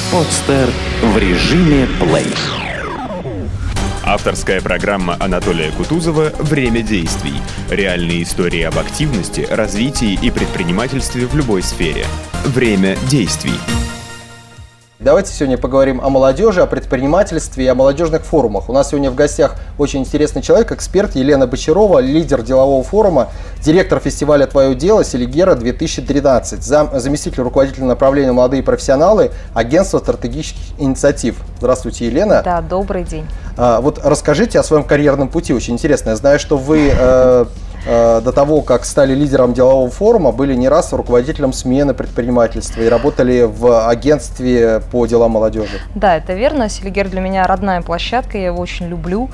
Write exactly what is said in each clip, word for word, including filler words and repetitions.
Подстер в режиме плей. Авторская программа Анатолия Кутузова «Время действий». Реальные истории об активности, развитии и предпринимательстве в любой сфере. Время действий. Давайте сегодня поговорим о молодежи, о предпринимательстве и о молодежных форумах. У нас сегодня в гостях очень интересный человек, эксперт Елена Бочарова, лидер делового форума, директор фестиваля «Твое дело» Селигера две тысячи тринадцать, зам, заместитель руководителя направления «Молодые профессионалы», агентство стратегических инициатив. Здравствуйте, Елена. Да, добрый день. А, вот расскажите о своем карьерном пути, очень интересно. Я знаю, что вы... Э, до того, как стали лидером делового форума, были не раз руководителем смены предпринимательства и работали в агентстве по делам молодежи. Да, это верно. Селигер для меня родная площадка, я его очень люблю.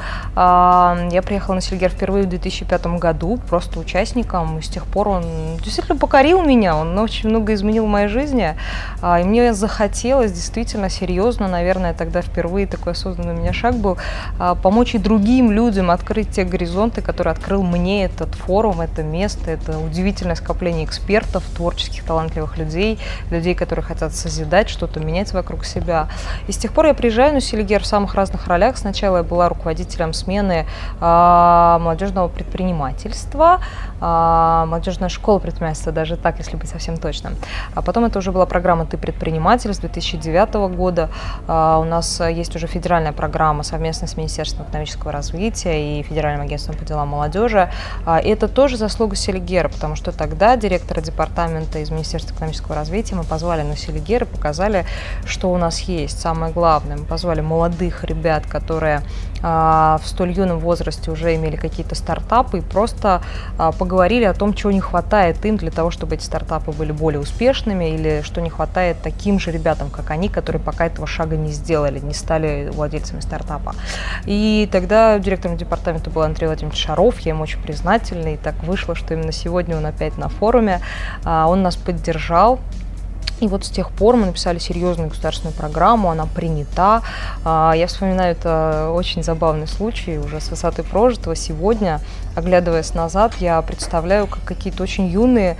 Я приехала на Селигер впервые в две тысячи пятом году, просто участником, и с тех пор он действительно покорил меня, он очень много изменил в моей жизни, и мне захотелось действительно серьезно, наверное, тогда впервые такой осознанный у меня шаг был, помочь и другим людям открыть те горизонты, которые открыл мне этот форум, это место, это удивительное скопление экспертов, творческих, талантливых людей, людей, которые хотят созидать, что-то менять вокруг себя. И с тех пор я приезжаю на Селигер в самых разных ролях. Сначала я была руководителем смены э, молодежного предпринимательства, э, молодежная школа предпринимательства, даже так, если быть совсем точным. А потом это уже была программа «Ты предприниматель» с две тысячи девятого года. Э, у нас есть уже федеральная программа совместно с Министерством экономического развития и Федеральным агентством по делам молодежи. И это тоже заслуга Селигера, потому что тогда директора департамента из Министерства экономического развития мы позвали на Селигер и показали, что у нас есть. Самое главное, мы позвали молодых ребят, которые а, в столь юном возрасте уже имели какие-то стартапы, и просто а, поговорили о том, чего не хватает им для того, чтобы эти стартапы были более успешными, или что не хватает таким же ребятам, как они, которые пока этого шага не сделали, не стали владельцами стартапа. И тогда директором департамента был Андрей Владимирович Шаров, я ему очень признательна. И так вышло, что именно сегодня он опять на форуме, он нас поддержал. И вот с тех пор мы написали серьезную государственную программу, она принята. Я вспоминаю, это очень забавный случай, уже с высоты прожитого. Сегодня, оглядываясь назад, я представляю, как какие-то очень юные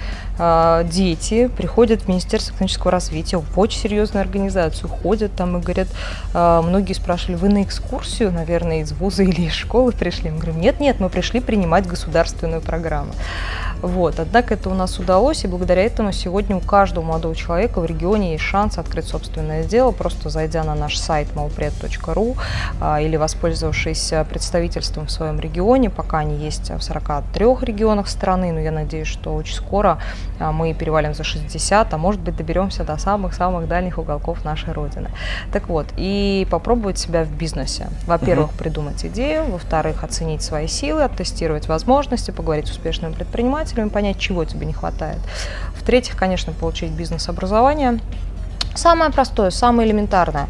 дети приходят в Министерство экономического развития, в очень серьезную организацию, ходят там и говорят, многие спрашивали, вы на экскурсию, наверное, из вуза или из школы пришли? Мы говорим, нет-нет, мы пришли принимать государственную программу. Вот. Однако это у нас удалось, и благодаря этому сегодня у каждого молодого человека в регионе есть шанс открыть собственное дело, просто зайдя на наш сайт молпред точка ру а, или воспользовавшись представительством в своем регионе, пока они есть в сорока трёх регионах страны, но я надеюсь, что очень скоро а, мы перевалим за шестьдесят, а может быть доберемся до самых-самых дальних уголков нашей Родины. Так вот, и попробовать себя в бизнесе. Во-первых, uh-huh. придумать идею, во-вторых, оценить свои силы, оттестировать возможности, поговорить с успешными предпринимателями, понять, чего тебе не хватает. В-третьих, конечно, получить бизнес-образование. Самое простое, самое элементарное.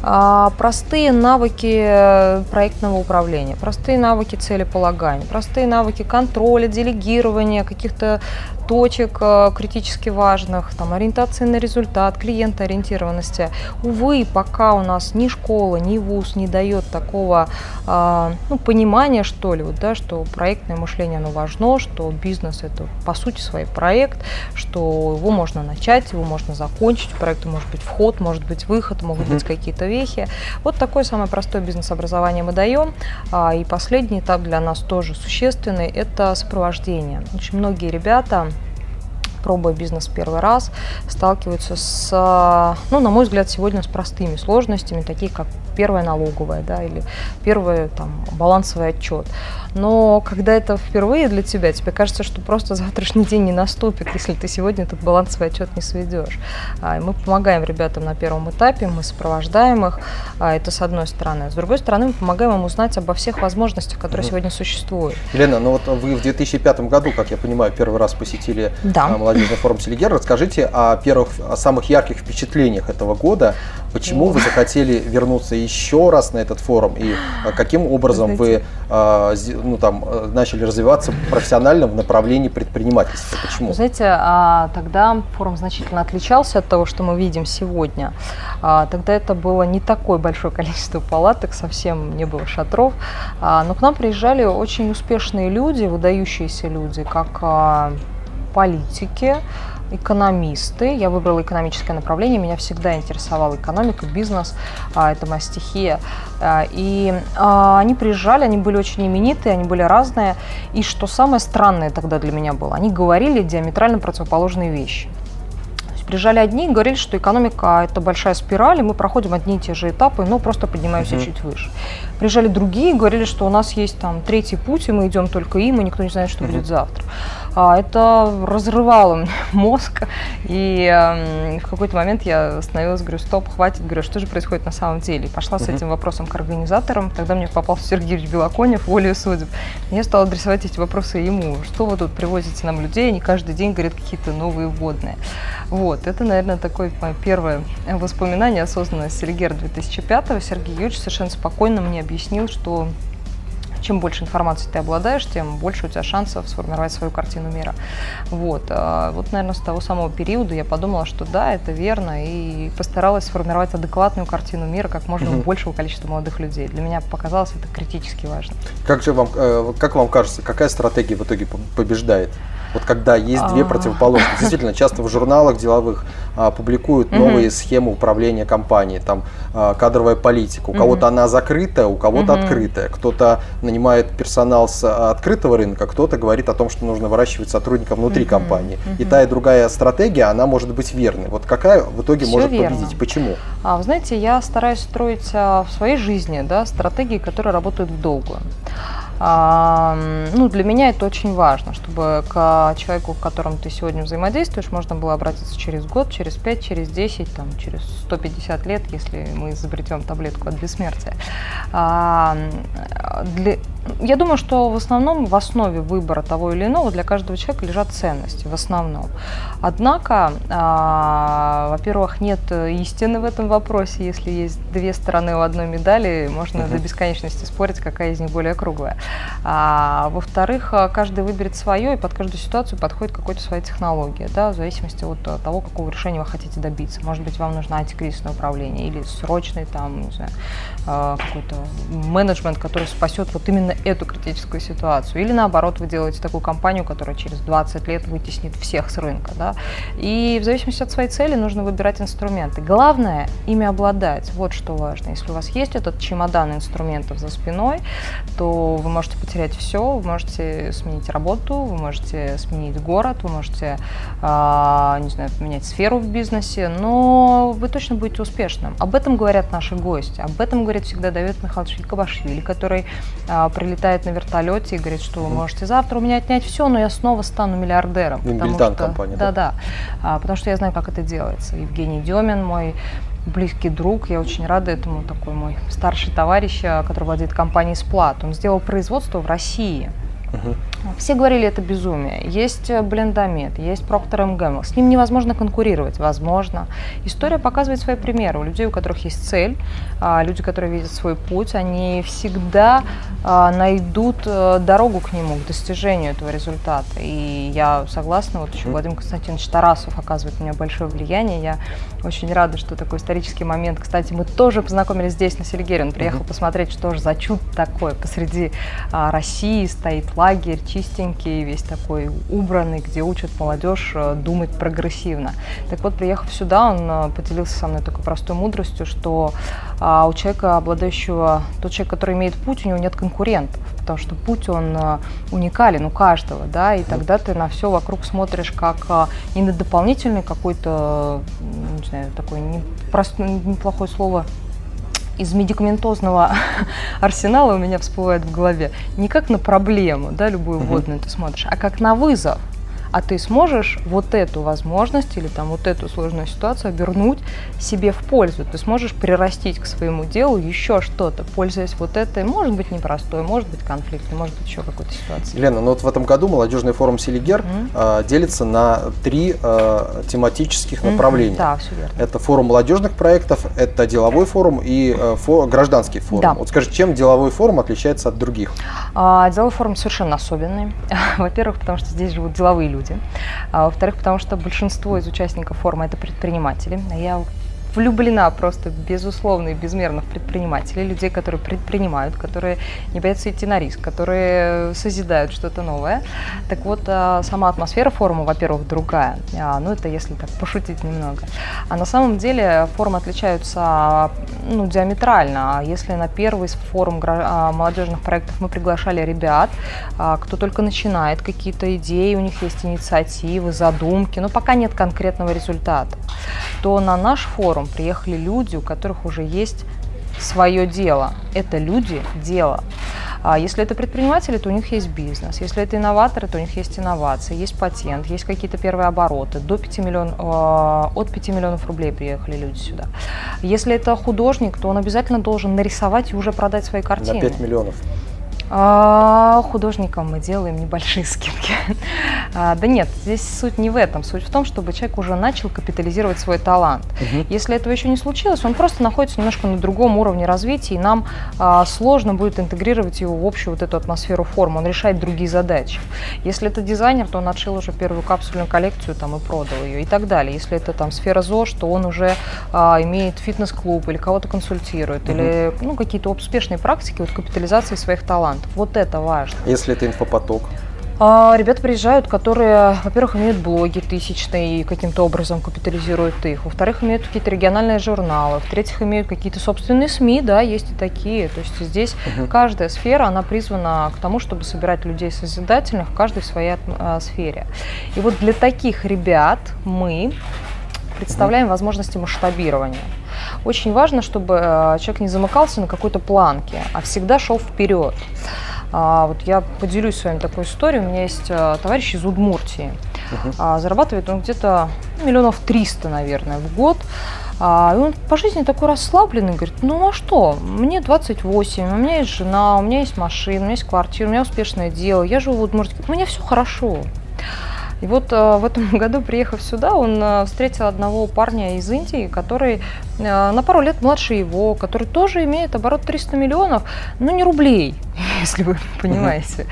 Простые навыки проектного управления, простые навыки целеполагания, простые навыки контроля, делегирования, каких-то точек критически важных, там, ориентации на результат, клиентоориентированности. Увы, пока у нас ни школа, ни вуз не дает такого ну, понимания, что ли, вот, да, что проектное мышление оно важно, что бизнес это по сути свой проект, что его можно начать, его можно закончить, у проекта может быть вход, может быть выход, могут быть какие-то вехи. Вот такое самое простое бизнес-образование мы даем. И последний этап для нас тоже существенный – это сопровождение. Очень многие ребята, пробуя бизнес в первый раз, сталкиваются с, ну, на мой взгляд, сегодня с простыми сложностями, такие как первая налоговая, да, или первый там, балансовый отчет. Но когда это впервые для тебя, тебе кажется, что просто завтрашний день не наступит, если ты сегодня этот балансовый отчет не сведешь. И мы помогаем ребятам на первом этапе, мы сопровождаем их, это с одной стороны. С другой стороны, мы помогаем им узнать обо всех возможностях, которые mm-hmm. сегодня существуют. Елена, ну вот вы в две тысячи пятом году, как я понимаю, первый раз посетили да. молодежный форум Селигер. Расскажите о первых, о самых ярких впечатлениях этого года. Почему вы захотели вернуться еще раз на этот форум и каким образом вы ну, там, начали развиваться профессионально в направлении предпринимательства? Почему? Знаете, тогда форум значительно отличался от того, что мы видим сегодня. Тогда это было не такое большое количество палаток, совсем не было шатров, но к нам приезжали очень успешные люди, выдающиеся люди, как политики, экономисты. Я выбрала экономическое направление, меня всегда интересовала экономика, бизнес, это моя стихия. И они приезжали, они были очень именитые, они были разные. И что самое странное тогда для меня было, они говорили диаметрально противоположные вещи. Приезжали одни и говорили, что экономика – это большая спираль, и мы проходим одни и те же этапы, но просто поднимаемся uh-huh. чуть выше. Приезжали другие и говорили, что у нас есть там третий путь, и мы идем только им, и никто не знает, что uh-huh. будет завтра. А, это разрывало мне мозг, и э, в какой-то момент я остановилась, говорю, стоп, хватит, говорю, что же происходит на самом деле. И пошла uh-huh. с этим вопросом к организаторам, тогда мне попался Сергей Юрьевич Белоконев, волею судеб. И я стала адресовать эти вопросы ему, что вы тут привозите нам людей, они каждый день говорят какие-то новые вводные. Вот, это, наверное, такое мое первое воспоминание осознанное с Селигер две тысячи пятого. Сергей Юрьевич совершенно спокойно мне объяснил, что чем больше информации ты обладаешь, тем больше у тебя шансов сформировать свою картину мира. Вот, вот, наверное, с того самого периода я подумала, что да, это верно, и постаралась сформировать адекватную картину мира как можно у большего количества молодых людей. Для меня показалось это критически важно. Как же вам, как вам кажется, какая стратегия в итоге побеждает? Вот когда есть две противоположности. Действительно, часто в журналах деловых а, публикуют новые uh-huh. схемы управления компанией, там а, кадровая политика. У uh-huh. кого-то она закрытая, у кого-то uh-huh. открытая. Кто-то нанимает персонал с открытого рынка, кто-то говорит о том, что нужно выращивать сотрудников внутри uh-huh. компании. Uh-huh. И та, и другая стратегия, она может быть верной. Вот какая в итоге Все может верно. победить? Почему? А, вы знаете, я стараюсь строить а, в своей жизни да, стратегии, которые работают в долгую. А, ну, для меня это очень важно, чтобы к человеку, с которым ты сегодня взаимодействуешь, можно было обратиться через год, через пять, через десять, там, через сто пятьдесят лет, если мы изобретем таблетку от бессмертия. А, для, я думаю, что в основном в основе выбора того или иного для каждого человека лежат ценности, в основном. Однако, а, во-первых, нет истины в этом вопросе. Если есть две стороны у одной медали, можно uh-huh. до бесконечности спорить, какая из них более круглая. А, во-вторых, каждый выберет свое, и под каждую ситуацию подходит какой-то своя технология, да, в зависимости от того, какого решения вы хотите добиться. Может быть, вам нужно антикризисное управление или срочный там, не знаю, какой-то менеджмент, который спасет вот именно эту критическую ситуацию. Или наоборот, вы делаете такую компанию, которая через двадцать лет вытеснит всех с рынка. Да? И в зависимости от своей цели нужно выбирать инструменты. Главное – ими обладать. Вот что важно. Если у вас есть этот чемодан инструментов за спиной, то вы можете потерять все, вы можете сменить работу, вы можете сменить город, вы можете, э, не знаю, поменять сферу в бизнесе, но вы точно будете успешным. Об этом говорят наши гости, об этом говорит всегда Давид Михайлович Кабашвили, который э, прилетает на вертолете и говорит, что вы можете завтра у меня отнять все, но я снова стану миллиардером. Мильдан компания, да? Да, да. А, потому что я знаю, как это делается. Евгений Демин, мой близкий друг, я очень рада этому, такой мой старший товарищ, который владеет компанией «Сплат». Он сделал производство в России. Uh-huh. Все говорили, это безумие. Есть Блендамет, есть Procter энд Gamble. С ним невозможно конкурировать, возможно. История показывает свои примеры. У людей, у которых есть цель, люди, которые видят свой путь, они всегда найдут дорогу к нему, к достижению этого результата. И я согласна, вот еще Владимир Константинович Тарасов оказывает на меня большое влияние. Я очень рада, что такой исторический момент. Кстати, мы тоже познакомились здесь, на Селигере. Он приехал uh-huh. посмотреть, что же за чудо такое. Посреди а, России стоит лагерь, чистенький, весь такой убранный, где учат молодежь думать прогрессивно. Так вот, приехав сюда, он поделился со мной такой простой мудростью, что а, у человека, обладающего, тот человек, который имеет путь, у него нет конкурентов, потому что путь, он а, уникален у каждого, да, и тогда ты на все вокруг смотришь как а, не на дополнительный какой-то, не знаю, такое не, просто, неплохое слово, из медикаментозного арсенала у меня всплывает в голове, не как на проблему, да, любую вводную ты смотришь, а как на вызов. А ты сможешь вот эту возможность или там вот эту сложную ситуацию обернуть себе в пользу. Ты сможешь прирастить к своему делу еще что-то, пользуясь вот этой, может быть, непростой, может быть, конфликтной, может быть, еще какой-то ситуацией. Лена, ну вот в этом году молодежный форум Селигер mm-hmm. э, делится на три э, тематических направления. Mm-hmm. Да, все верно. Это форум молодежных проектов, это деловой форум и э, фор, гражданский форум. Да. Вот скажи, чем деловой форум отличается от других? А, деловой форум совершенно особенный. Во-первых, потому что здесь живут деловые люди. А, во-вторых, потому что большинство из участников форума – это предприниматели. Я влюблена просто безусловно и безмерно в предпринимателей, людей, которые предпринимают, которые не боятся идти на риск, которые созидают что-то новое. Так вот, сама атмосфера форума, во-первых, другая. Ну, это если так пошутить немного. А на самом деле форумы отличаются, ну, диаметрально. Если на первый форум молодежных проектов мы приглашали ребят, кто только начинает, какие-то идеи, у них есть инициативы, задумки, но пока нет конкретного результата, то на наш форум приехали люди, у которых уже есть свое дело. Это люди – дело. А если это предприниматели, то у них есть бизнес. Если это инноваторы, то у них есть инновации, есть патент, есть какие-то первые обороты. До пяти миллион, э, от пяти миллионов рублей приехали люди сюда. Если это художник, то он обязательно должен нарисовать и уже продать свои картины. На пять миллионов. А, художникам мы делаем небольшие скидки. А, да нет, здесь суть не в этом. Суть в том, чтобы человек уже начал капитализировать свой талант. Угу. Если этого еще не случилось, он просто находится немножко на другом уровне развития, и нам а, сложно будет интегрировать его в общую вот эту атмосферу формы. Он решает другие задачи. Если это дизайнер, то он отшил уже первую капсульную коллекцию там, и продал ее и так далее. Если это там сфера ЗОЖ, то он уже а, имеет фитнес-клуб или кого-то консультирует, угу. или ну, какие-то успешные практики вот, капитализации своих талантов. Вот это важно. Если это инфопоток? А, ребята приезжают, которые, во-первых, имеют блоги тысячные и каким-то образом капитализируют их. Во-вторых, имеют какие-то региональные журналы. В-третьих, имеют какие-то собственные СМИ, да, есть и такие. То есть здесь угу. каждая сфера, она призвана к тому, чтобы собирать людей созидательных в каждой своей а, сфере. И вот для таких ребят мы представляем угу. возможности масштабирования. Очень важно, чтобы человек не замыкался на какой-то планке, а всегда шел вперед. А, вот я поделюсь с вами такой историей. У меня есть а, товарищ из Удмуртии. Uh-huh. а, зарабатывает он где-то миллионов триста, наверное, в год. А, и он по жизни такой расслабленный, говорит, ну а что, мне двадцать восемь, у меня есть жена, у меня есть машина, у меня есть квартира, у меня успешное дело, я живу в Удмуртии, у меня все хорошо. И вот э, в этом году, приехав сюда, он э, встретил одного парня из Индии, который э, на пару лет младше его, который тоже имеет оборот триста миллионов, но не рублей, если вы понимаете.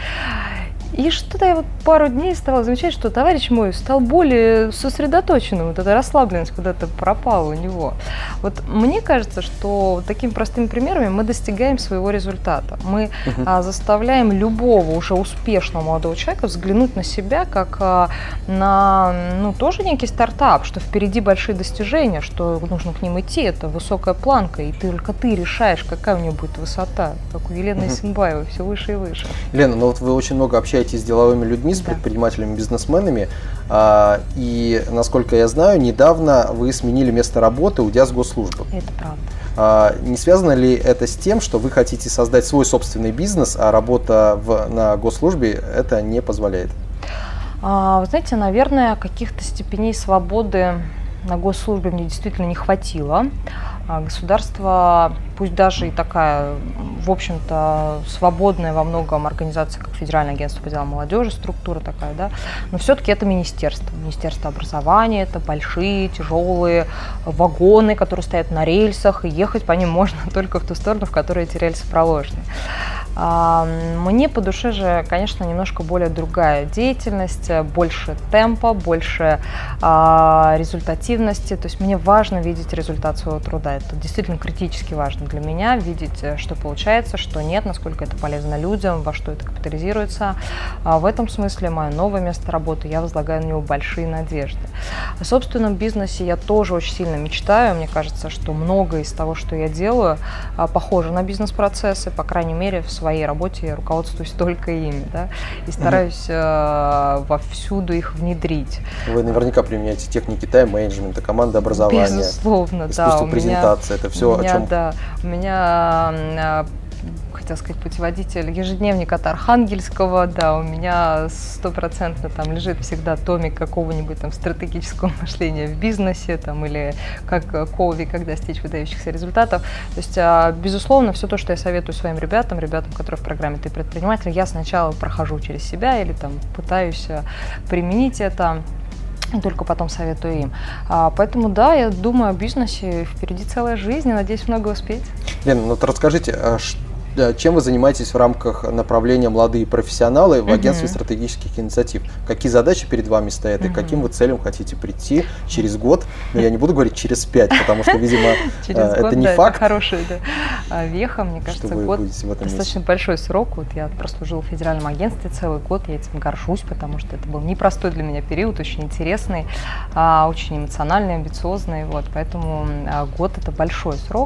И что-то я вот пару дней стала замечать, что товарищ мой стал более сосредоточенным, вот эта расслабленность куда-то пропала у него. Вот мне кажется, что такими простыми примерами мы достигаем своего результата. Мы uh-huh. а, заставляем любого уже успешного молодого человека взглянуть на себя как а, на, ну, тоже некий стартап, что впереди большие достижения, что нужно к ним идти, это высокая планка, и только ты решаешь, какая у нее будет высота, как у Елены uh-huh. Исенбаевой, все выше и выше. Лена, ну вот вы очень много общаетесь с деловыми людьми, с предпринимателями, бизнесменами, а, и, насколько я знаю, недавно вы сменили место работы, уйдя с госслужбы. Это правда. А, не связано ли это с тем, что вы хотите создать свой собственный бизнес, а работа в, на госслужбе это не позволяет? А, вы знаете, наверное, каких-то степеней свободы на госслужбе мне действительно не хватило. Государство, пусть даже и такая, в общем-то, свободная во многом организация, как Федеральное агентство по делам молодежи, структура такая, да, но все-таки это министерство. Министерство образования, это большие, тяжелые вагоны, которые стоят на рельсах, и ехать по ним можно только в ту сторону, в которой эти рельсы проложены. Мне по душе же, конечно, немножко более другая деятельность, больше темпа, больше результативности, то есть мне важно видеть результат своего труда. Это действительно критически важно для меня, видеть, что получается, что нет, насколько это полезно людям, во что это капитализируется. В этом смысле мое новое место работы, я возлагаю на него большие надежды. О собственном бизнесе я тоже очень сильно мечтаю. Мне кажется, что многое из того, что я делаю, похоже на бизнес-процессы, по крайней мере, в своей работе я руководствуюсь только ими, да, и стараюсь mm-hmm. вовсюду их внедрить. Вы наверняка применяете техники тайм-менеджмента, команды образования, безусловно, искусство да, презентации, это все меня, о чем? Да, у меня, хотела сказать, путеводитель, ежедневник от Архангельского, да, у меня стопроцентно там лежит всегда томик какого-нибудь там стратегического мышления в бизнесе, там, или как Коуви, как достичь выдающихся результатов. То есть, безусловно, все то, что я советую своим ребятам, ребятам, которые в программе «Ты предприниматель», я сначала прохожу через себя или там пытаюсь применить это, и только потом советую им. А, поэтому, да, я думаю о бизнесе, впереди целая жизнь, и надеюсь много успеть. Лена, ну вот расскажите, Да, чем вы занимаетесь в рамках направления «Молодые профессионалы» в uh-huh. агентстве стратегических инициатив? Какие задачи перед вами стоят uh-huh. и к каким вы целям хотите прийти через год? Но я не буду говорить через пять, потому что, видимо, это не факт. Это хорошая веха, мне кажется, год достаточно большой срок. Вот я прослужила в федеральном агентстве целый год, я этим горжусь, потому что это был непростой для меня период, очень интересный, очень эмоциональный, амбициозный. Вот, поэтому год – это большой срок.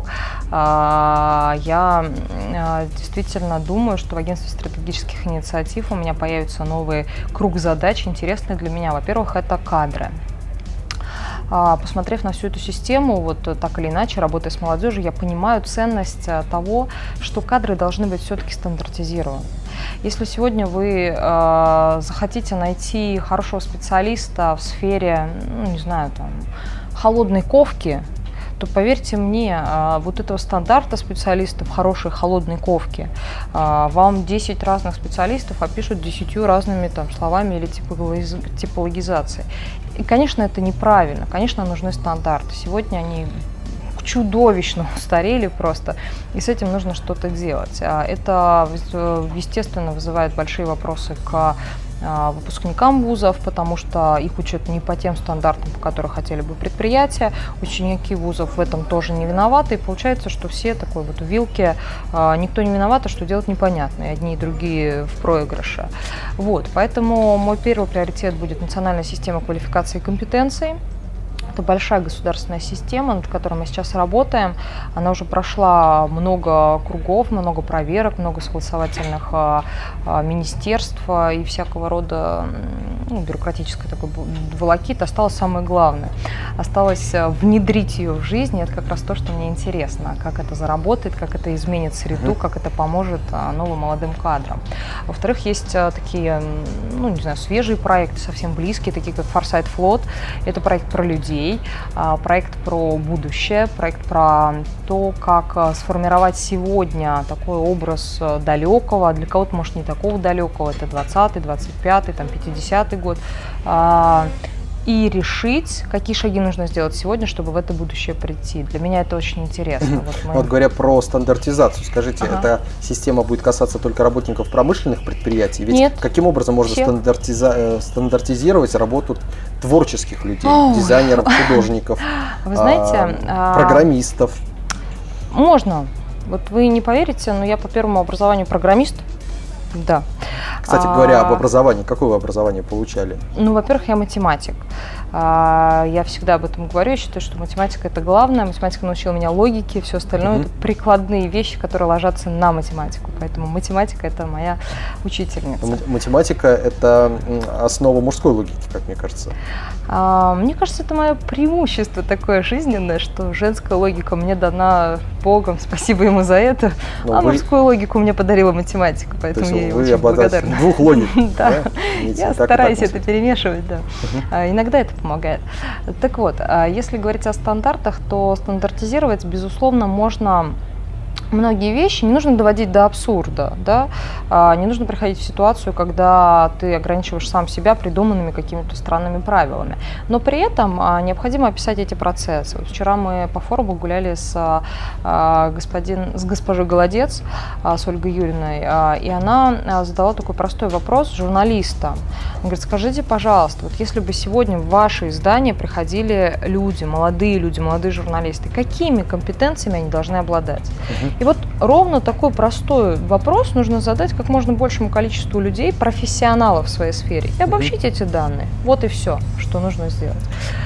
Я действительно думаю, что в агентстве стратегических инициатив у меня появится новый круг задач, интересный для меня. Во-первых, это кадры. Посмотрев на всю эту систему, вот так или иначе, работая с молодежью, я понимаю ценность того, что кадры должны быть все-таки стандартизированы. Если сегодня вы э, захотите найти хорошего специалиста в сфере, ну, не знаю, там, холодной ковки, то, поверьте мне, вот этого стандарта специалистов хорошей холодной ковки вам десять разных специалистов опишут десятью разными там словами или типологизацией. И, конечно, это неправильно. Конечно, нужны стандарты. Сегодня они чудовищно устарели просто, и с этим нужно что-то делать. Это, естественно, вызывает большие вопросы к выпускникам вузов, потому что их учат не по тем стандартам, по которым хотели бы предприятия. Ученики вузов в этом тоже не виноваты. И получается, что все такой вот в вилке, никто не виноват, а что делать непонятно. И одни и другие в проигрыше. Вот, поэтому мой первый приоритет будет национальная система квалификации и компетенций. Это большая государственная система, над которой мы сейчас работаем. Она уже прошла много кругов, много проверок, много согласовательных а, а, министерств а, и всякого рода ну, бюрократической такой волокит. Осталось самое главное. Осталось внедрить ее в жизнь. И это как раз то, что мне интересно. Как это заработает, как это изменит среду, как это поможет а, новым молодым кадрам. Во-вторых, есть а, такие, ну не знаю, свежие проекты, совсем близкие, такие как Foresight Float. Это проект про людей. Проект про будущее, проект про то, как сформировать сегодня такой образ далекого, для кого-то, может, не такого далекого, это двадцатый, двадцать пятый, там, пятидесятый год, и решить, какие шаги нужно сделать сегодня, чтобы в это будущее прийти. Для меня это очень интересно. Вот, мы... вот говоря про стандартизацию, скажите, ага. эта система будет касаться только работников промышленных предприятий? Ведь Нет. Каким образом можно стандартиза... стандартизировать работу творческих людей, Оу. дизайнеров, художников, вы знаете, а, программистов? Можно. Вот вы не поверите, но я по первому образованию программист. Да. Кстати говоря, об образовании. Какое вы образование получали? Ну, во-первых, я математик. Я всегда об этом говорю. Я считаю, что математика – это главное. Математика научила меня логике, все остальное mm-hmm. – это прикладные вещи, которые ложатся на математику. Поэтому математика – это моя учительница. Математика – это основа мужской логики, как мне кажется. Мне кажется, это мое преимущество такое жизненное, что женская логика мне дана Богом, спасибо ему за это, Но а вы... мужскую логику мне подарила математика, поэтому я ей очень благодарна. Двух логик. Да, я стараюсь это перемешивать, да. Иногда это помогает. Так вот, если говорить о стандартах, то стандартизировать, безусловно, можно многие вещи, не нужно доводить до абсурда, да? а, не нужно приходить в ситуацию, когда ты ограничиваешь сам себя придуманными какими-то странными правилами. Но при этом а, необходимо описать эти процессы. Вот вчера мы по форуму гуляли с, а, господин, с госпожой Голодец, а, с Ольгой Юрьевной, а, и она а, задала такой простой вопрос журналистам. Она говорит, скажите, пожалуйста, вот если бы сегодня в ваше издание приходили люди, молодые люди, молодые журналисты, какими компетенциями они должны обладать? Uh-huh. И вот ровно такой простой вопрос нужно задать как можно большему количеству людей, профессионалов в своей сфере, и обобщить mm-hmm. эти данные. Вот и все, что нужно сделать.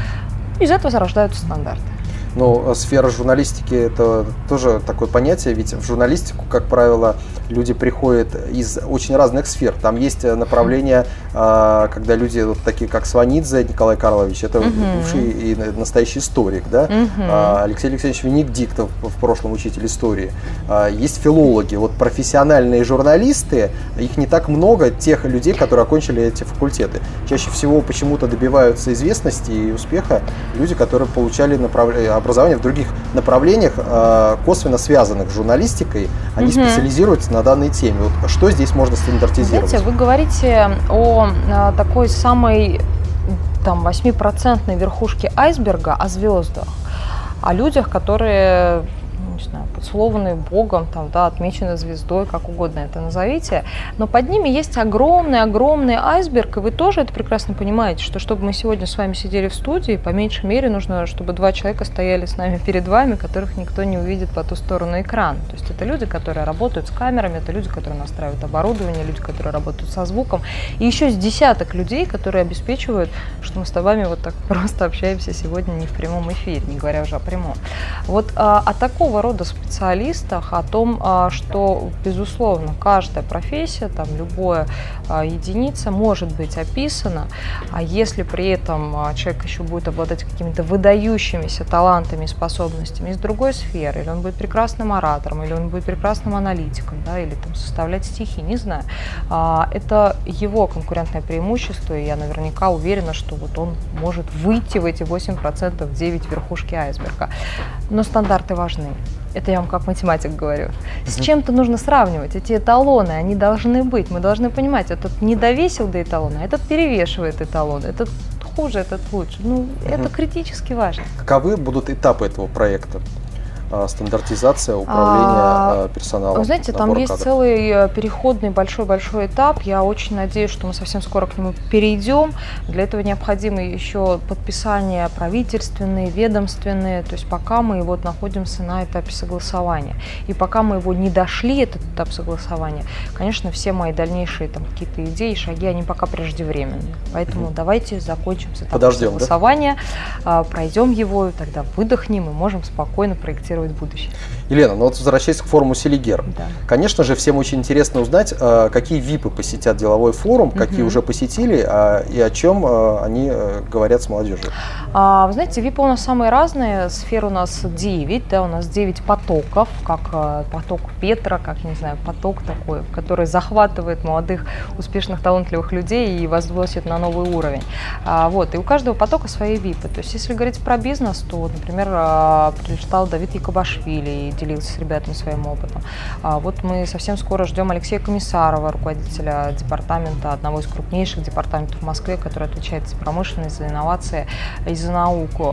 Из этого зарождаются стандарты. Ну, сфера журналистики – это тоже такое понятие, ведь в журналистику, как правило, люди приходят из очень разных сфер. Там есть направления, когда люди вот такие, как Сванидзе Николай Карлович, это uh-huh. бывший и настоящий историк, да? uh-huh. Алексей Алексеевич Венедиктов, в прошлом учитель истории. Есть филологи. Вот профессиональные журналисты, их не так много, тех людей, которые окончили эти факультеты. Чаще всего почему-то добиваются известности и успеха люди, которые получали направление образования в других направлениях, косвенно связанных с журналистикой, они mm-hmm. специализируются на данной теме. Вот что здесь можно стандартизировать? Знаете, вы говорите о такой самой там, восьмипроцентной верхушке айсберга, о звездах, о людях, которые не знаю, поцелованные Богом, там, да, отмечены звездой, как угодно это назовите, но под ними есть огромный-огромный айсберг, и вы тоже это прекрасно понимаете, что чтобы мы сегодня с вами сидели в студии, по меньшей мере нужно, чтобы два человека стояли с нами перед вами, которых никто не увидит по ту сторону экрана. То есть это люди, которые работают с камерами, это люди, которые настраивают оборудование, люди, которые работают со звуком, и еще с десяток людей, которые обеспечивают, что мы с вами вот так просто общаемся сегодня не в прямом эфире, не говоря уже о прямом. Вот а, о такого рода специалистах, о том, а, что, безусловно, каждая профессия, там, любая а, единица может быть описана, а если при этом а, человек еще будет обладать какими-то выдающимися талантами и способностями из другой сферы, или он будет прекрасным оратором, или он будет прекрасным аналитиком, да, или там составлять стихи, не знаю, а, это его конкурентное преимущество, и я наверняка уверена, что вот он может выйти в эти восемь процентов, девять верхушки айсберга. Но стандарты важны. Это я вам как математик говорю. С чем-то нужно сравнивать. Эти эталоны, они должны быть. Мы должны понимать, этот не довесил до эталона, этот перевешивает эталон, этот хуже, этот лучше. Ну, это критически важно. Каковы будут этапы этого проекта? Стандартизация, управление а, персоналом. Вы знаете, там есть кадров. целый переходный большой-большой этап. Я очень надеюсь, что мы совсем скоро к нему перейдем. Для этого необходимо еще подписание правительственные, ведомственные. То есть пока мы вот находимся на этапе согласования. И пока мы его не дошли, этот этап согласования, конечно, все мои дальнейшие там какие-то идеи, шаги, они пока преждевременные. Поэтому mm-hmm. давайте закончим с этапом Подождем, согласования, да? пройдем его, тогда выдохнем и можем спокойно проектировать в будущее. Елена, ну вот возвращаясь к форуму Селигер. Да. Конечно же, всем очень интересно узнать, какие випы посетят деловой форум, какие угу. уже посетили, и о чем они говорят с молодежью. А, вы знаете, випы у нас самые разные, сфер у нас девять, да, у нас девять потоков, как поток Петра, как, не знаю, поток такой, который захватывает молодых, успешных, талантливых людей и возводит на новый уровень. А, вот, и у каждого потока свои випы. То есть, если говорить про бизнес, то, например, прилетал Давид Якобашвили и делился с ребятами своим опытом. А вот мы совсем скоро ждем Алексея Комиссарова, руководителя департамента, одного из крупнейших департаментов в Москве, который отвечает за промышленность, за инновации и за науку.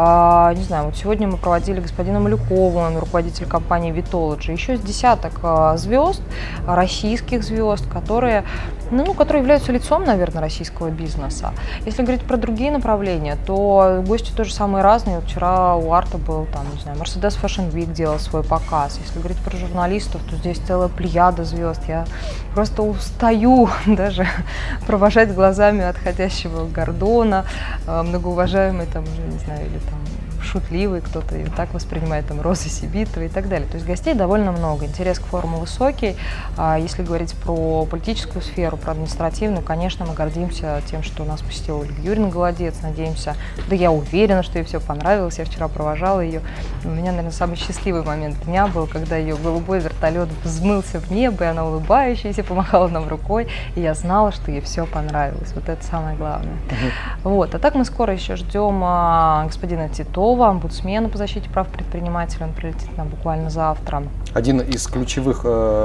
А, не знаю, вот сегодня мы проводили господина Малюкова, он руководитель компании Vitology, еще с десяток а, звезд, российских звезд, которые, ну, которые являются лицом, наверное, российского бизнеса. Если говорить про другие направления, то гости тоже самые разные. Вот вчера у Арта был, там, не знаю, Mercedes Fashion Week делал свой показ. Если говорить про журналистов, то здесь целая плеяда звезд. Я просто устаю даже провожать глазами отходящего Гордона, многоуважаемый, там, уже, не знаю, или там шутливый, кто-то и так воспринимает, там, Розы Сибитовой и так далее. То есть гостей довольно много, интерес к форуму высокий. А если говорить про политическую сферу, про административную, конечно, мы гордимся тем, что нас посетила Ольга Юрьевна Голодец, надеемся, да я уверена, что ей все понравилось, я вчера провожала ее. У меня, наверное, самый счастливый момент дня был, когда ее голубой вертолет взмылся в небо, и она улыбающаяся, помахала нам рукой, и я знала, что ей все понравилось. Вот это самое главное. Uh-huh. Вот. А так мы скоро еще ждем а, господина Титова, омбудсмена по защите прав предпринимателей, он прилетит нам буквально завтра. Один из ключевых,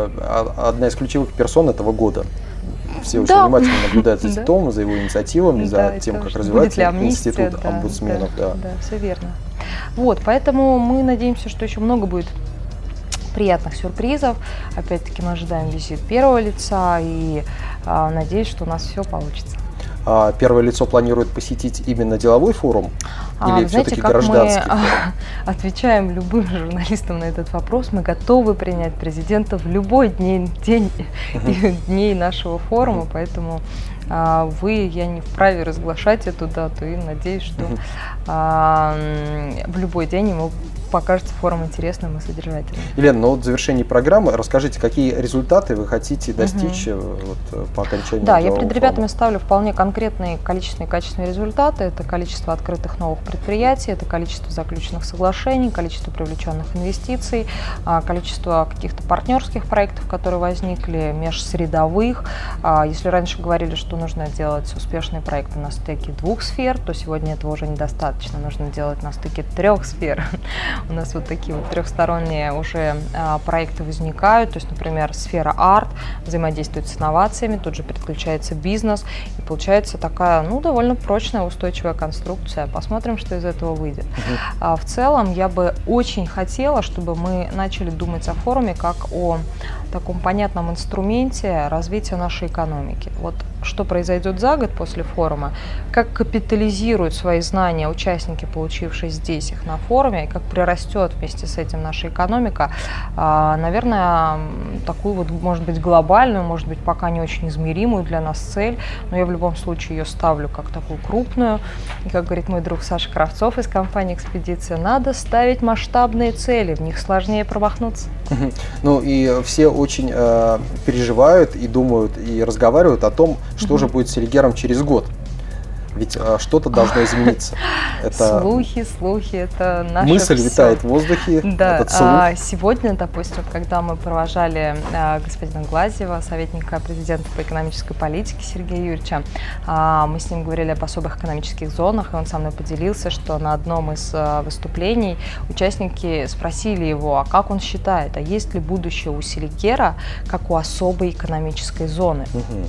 одна из ключевых персон этого года. Все очень да. внимательно наблюдают за Титовым, за его инициативами, за да, тем, как развивается институт да, омбудсменов. Да, да. да, все верно. Вот, поэтому мы надеемся, что еще много будет приятных сюрпризов. Опять-таки мы ожидаем визит первого лица и а, надеюсь, что у нас все получится. А первое лицо планирует посетить именно деловой форум или а, все-таки знаете, как гражданский мы форум? Отвечаем любым журналистам на этот вопрос, мы готовы принять президента в любой день, день uh-huh. дней нашего форума, uh-huh. поэтому а, вы, я не вправе разглашать эту дату и надеюсь, что uh-huh. а, в любой день ему покажется форум интересным и содержательным. Елена, ну вот в завершении программы расскажите, какие результаты вы хотите достичь угу. вот, по окончанию Да, я перед форума. ребятами ставлю вполне конкретные количественные и качественные результаты. Это количество открытых новых предприятий, это количество заключенных соглашений, количество привлеченных инвестиций, количество каких-то партнерских проектов, которые возникли, межсредовых. Если раньше говорили, что что нужно делать успешные проекты на стыке двух сфер, то сегодня этого уже недостаточно. Нужно делать на стыке трех сфер. У нас вот такие вот трехсторонние уже а, проекты возникают. То есть, например, сфера арт взаимодействует с инновациями, тут же переключается бизнес, и получается такая, ну, довольно прочная, устойчивая конструкция. Посмотрим, что из этого выйдет. Uh-huh. А, в целом, я бы очень хотела, чтобы мы начали думать о форуме как о таком понятном инструменте развития нашей экономики. Вот что произойдет за год после форума, как капитализируют свои знания участники, получившие здесь их на форуме, и как прирастет вместе с этим наша экономика, наверное, такую вот, может быть, глобальную, может быть, пока не очень измеримую для нас цель, но я в любом случае ее ставлю как такую крупную. И, как говорит мой друг Саша Кравцов из компании «Экспедиция», надо ставить масштабные цели, в них сложнее промахнуться. Ну и все очень э, переживают и думают, и разговаривают о том, что mm-hmm. же будет с Селигером через год. Ведь а, что-то должно измениться. Это слухи, слухи, это наша мысль все. Витает в воздухе. Да. Этот слух. А, сегодня, допустим, когда мы провожали а, господина Глазьева, советника президента по экономической политике Сергея Юрьевича, а, мы с ним говорили об особых экономических зонах, и он со мной поделился, что на одном из а, выступлений участники спросили его, а как он считает, а есть ли будущее у Селигера, как у особой экономической зоны. Угу.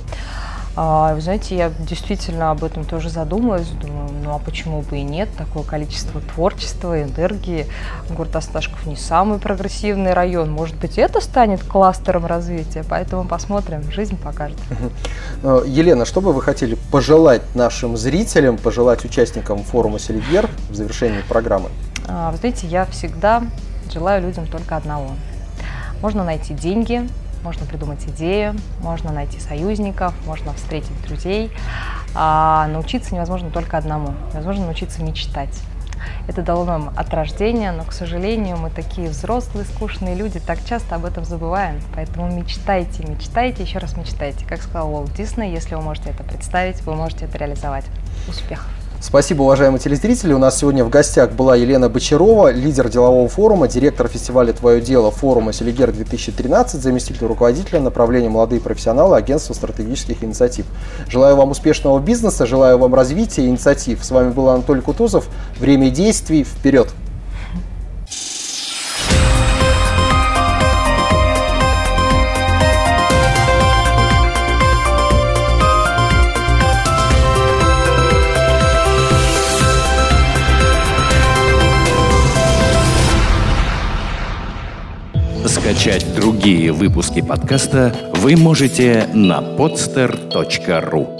Вы знаете, я действительно об этом тоже задумалась, думаю, ну а почему бы и нет, такое количество творчества, энергии. Город Осташков не самый прогрессивный район, может быть, это станет кластером развития, поэтому посмотрим, жизнь покажет. Елена, что бы вы хотели пожелать нашим зрителям, пожелать участникам форума «Селигер» в завершении программы? Вы знаете, я всегда желаю людям только одного. Можно найти деньги, можно придумать идею, можно найти союзников, можно встретить друзей. А научиться невозможно только одному. Невозможно научиться мечтать. Это дало нам от рождения, но, к сожалению, мы такие взрослые, скучные люди, так часто об этом забываем. Поэтому мечтайте, мечтайте, еще раз мечтайте. Как сказал Уолт Дисней, если вы можете это представить, вы можете это реализовать. Успехов! Спасибо, уважаемые телезрители. У нас сегодня в гостях была Елена Бочарова, лидер делового форума, директор фестиваля «Твое дело» форума «Селигер две тысячи тринадцать», заместитель руководителя направления «Молодые профессионалы» агентства стратегических инициатив. Желаю вам успешного бизнеса, желаю вам развития и инициатив. С вами был Анатолий Кутузов. Время действий. Вперед! Скачать другие выпуски подкаста вы можете на podster точка ру.